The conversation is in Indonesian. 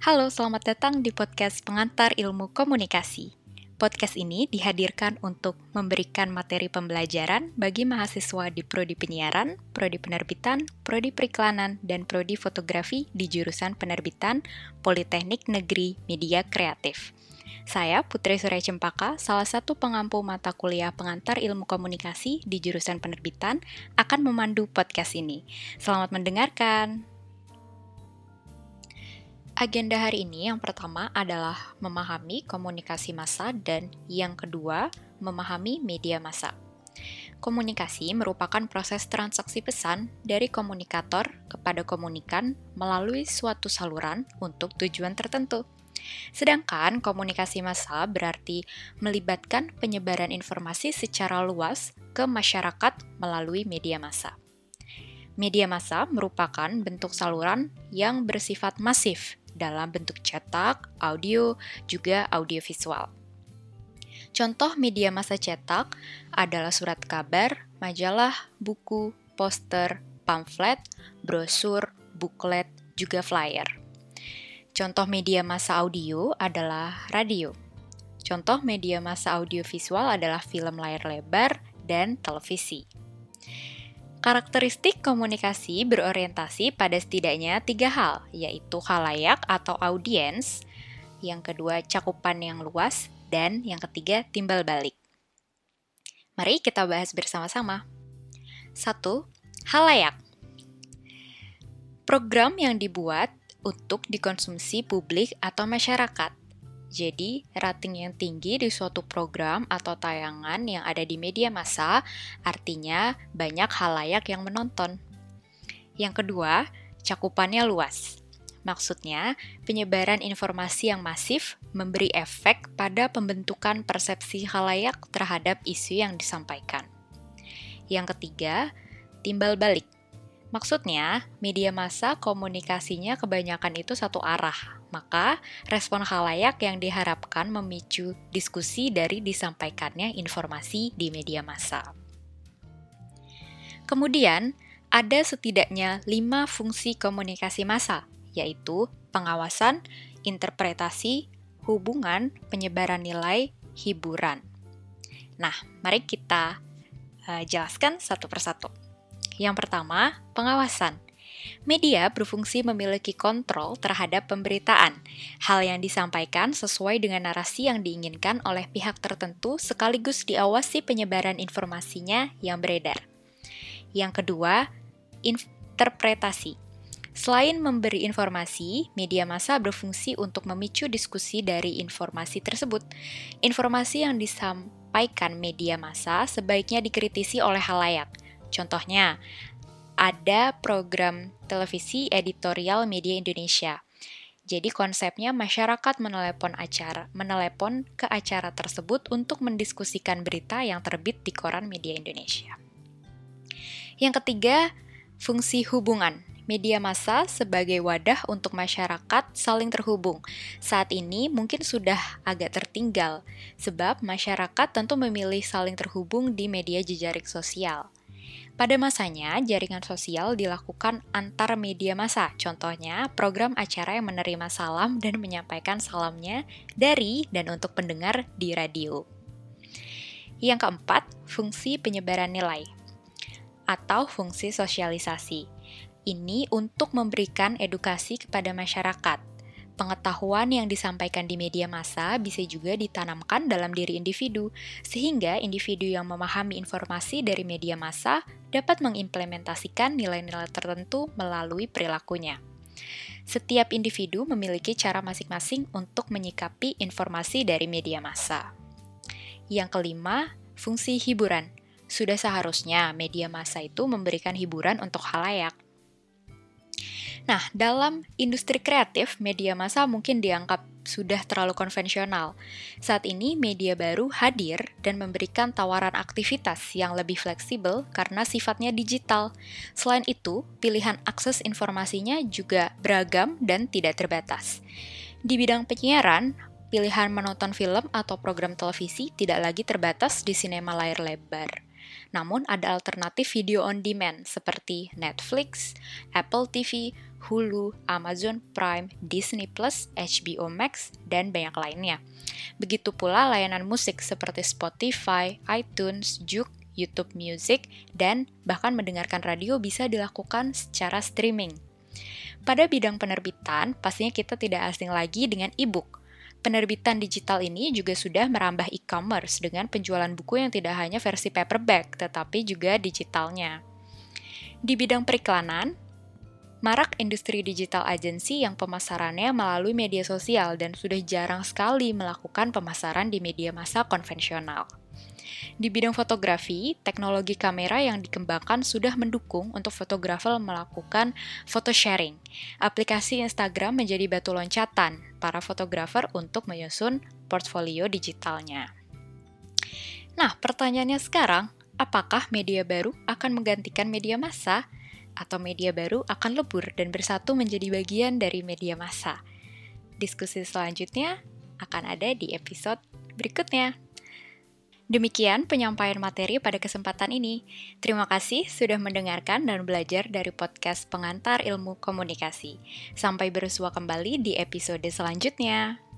Halo, selamat datang di podcast Pengantar Ilmu Komunikasi. Podcast ini dihadirkan untuk memberikan materi pembelajaran bagi mahasiswa di Prodi Penyiaran, Prodi Penerbitan, Prodi Periklanan, dan Prodi Fotografi di jurusan Penerbitan Politeknik Negeri Media Kreatif. Saya, Putri Surya Cempaka, salah satu pengampu mata kuliah Pengantar Ilmu Komunikasi di jurusan Penerbitan, akan memandu podcast ini. Selamat mendengarkan! Agenda hari ini yang pertama adalah memahami komunikasi massa dan yang kedua, memahami media massa. Komunikasi merupakan proses transaksi pesan dari komunikator kepada komunikan melalui suatu saluran untuk tujuan tertentu. Sedangkan komunikasi massa berarti melibatkan penyebaran informasi secara luas ke masyarakat melalui media massa. Media massa merupakan bentuk saluran yang bersifat masif dalam bentuk cetak, audio, juga audiovisual. Contoh media massa cetak adalah surat kabar, majalah, buku, poster, pamflet, brosur, buklet, juga flyer. Contoh media massa audio adalah radio. Contoh media massa audiovisual adalah film layar lebar dan televisi. Karakteristik komunikasi berorientasi pada setidaknya 3 hal, yaitu khalayak atau audiens, yang kedua cakupan yang luas, dan yang ketiga timbal balik. Mari kita bahas bersama-sama. 1. Khalayak. Program yang dibuat untuk dikonsumsi publik atau masyarakat. Jadi, rating yang tinggi di suatu program atau tayangan yang ada di media massa artinya banyak khalayak yang menonton. Yang kedua, cakupannya luas. Maksudnya, penyebaran informasi yang masif memberi efek pada pembentukan persepsi khalayak terhadap isu yang disampaikan. Yang ketiga, timbal balik. Maksudnya, media massa komunikasinya kebanyakan itu satu arah, maka respon khalayak yang diharapkan memicu diskusi dari disampaikannya informasi di media massa. Kemudian, ada setidaknya 5 fungsi komunikasi massa, yaitu pengawasan, interpretasi, hubungan, penyebaran nilai, hiburan. Nah, mari kita jelaskan satu persatu. Yang pertama, pengawasan. Media berfungsi memiliki kontrol terhadap pemberitaan. Hal yang disampaikan sesuai dengan narasi yang diinginkan oleh pihak tertentu sekaligus diawasi penyebaran informasinya yang beredar. Yang kedua, interpretasi. Selain memberi informasi, media massa berfungsi untuk memicu diskusi dari informasi tersebut. Informasi yang disampaikan media massa sebaiknya dikritisi oleh khalayak. Contohnya, ada program televisi editorial Media Indonesia. Jadi konsepnya masyarakat menelepon ke acara tersebut untuk mendiskusikan berita yang terbit di koran Media Indonesia. Yang ketiga, fungsi hubungan. Media massa sebagai wadah untuk masyarakat saling terhubung. Saat ini mungkin sudah agak tertinggal, sebab masyarakat tentu memilih saling terhubung di media jejaring sosial. Pada masanya, jaringan sosial dilakukan antar media massa. Contohnya, program acara yang menerima salam dan menyampaikan salamnya dari dan untuk pendengar di radio. Yang keempat, fungsi penyebaran nilai atau fungsi sosialisasi. Ini untuk memberikan edukasi kepada masyarakat. Pengetahuan yang disampaikan di media massa bisa juga ditanamkan dalam diri individu, sehingga individu yang memahami informasi dari media massa dapat mengimplementasikan nilai-nilai tertentu melalui perilakunya. Setiap individu memiliki cara masing-masing untuk menyikapi informasi dari media massa. Yang kelima, fungsi hiburan. Sudah seharusnya media massa itu memberikan hiburan untuk khalayak. Nah, dalam industri kreatif, media massa mungkin dianggap sudah terlalu konvensional. Saat ini, media baru hadir dan memberikan tawaran aktivitas yang lebih fleksibel karena sifatnya digital. Selain itu, pilihan akses informasinya juga beragam dan tidak terbatas. Di bidang penyiaran, pilihan menonton film atau program televisi tidak lagi terbatas di sinema layar lebar. Namun ada alternatif video on demand seperti Netflix, Apple TV, Hulu, Amazon Prime, Disney Plus, HBO Max, dan banyak lainnya. Begitu pula layanan musik seperti Spotify, iTunes, Juke, YouTube Music, dan bahkan mendengarkan radio bisa dilakukan secara streaming. Pada bidang penerbitan, pastinya kita tidak asing lagi dengan e-book. Penerbitan digital ini juga sudah merambah e-commerce dengan penjualan buku yang tidak hanya versi paperback, tetapi juga digitalnya. Di bidang periklanan, marak industri digital agency yang pemasarannya melalui media sosial dan sudah jarang sekali melakukan pemasaran di media massa konvensional. Di bidang fotografi, teknologi kamera yang dikembangkan sudah mendukung untuk fotografer melakukan photo sharing. Aplikasi Instagram menjadi batu loncatan para fotografer untuk menyusun portfolio digitalnya. Nah, pertanyaannya sekarang, apakah media baru akan menggantikan media massa? Atau media baru akan lebur dan bersatu menjadi bagian dari media massa? Diskusi selanjutnya akan ada di episode berikutnya. Demikian penyampaian materi pada kesempatan ini. Terima kasih sudah mendengarkan dan belajar dari podcast Pengantar Ilmu Komunikasi. Sampai bersua kembali di episode selanjutnya.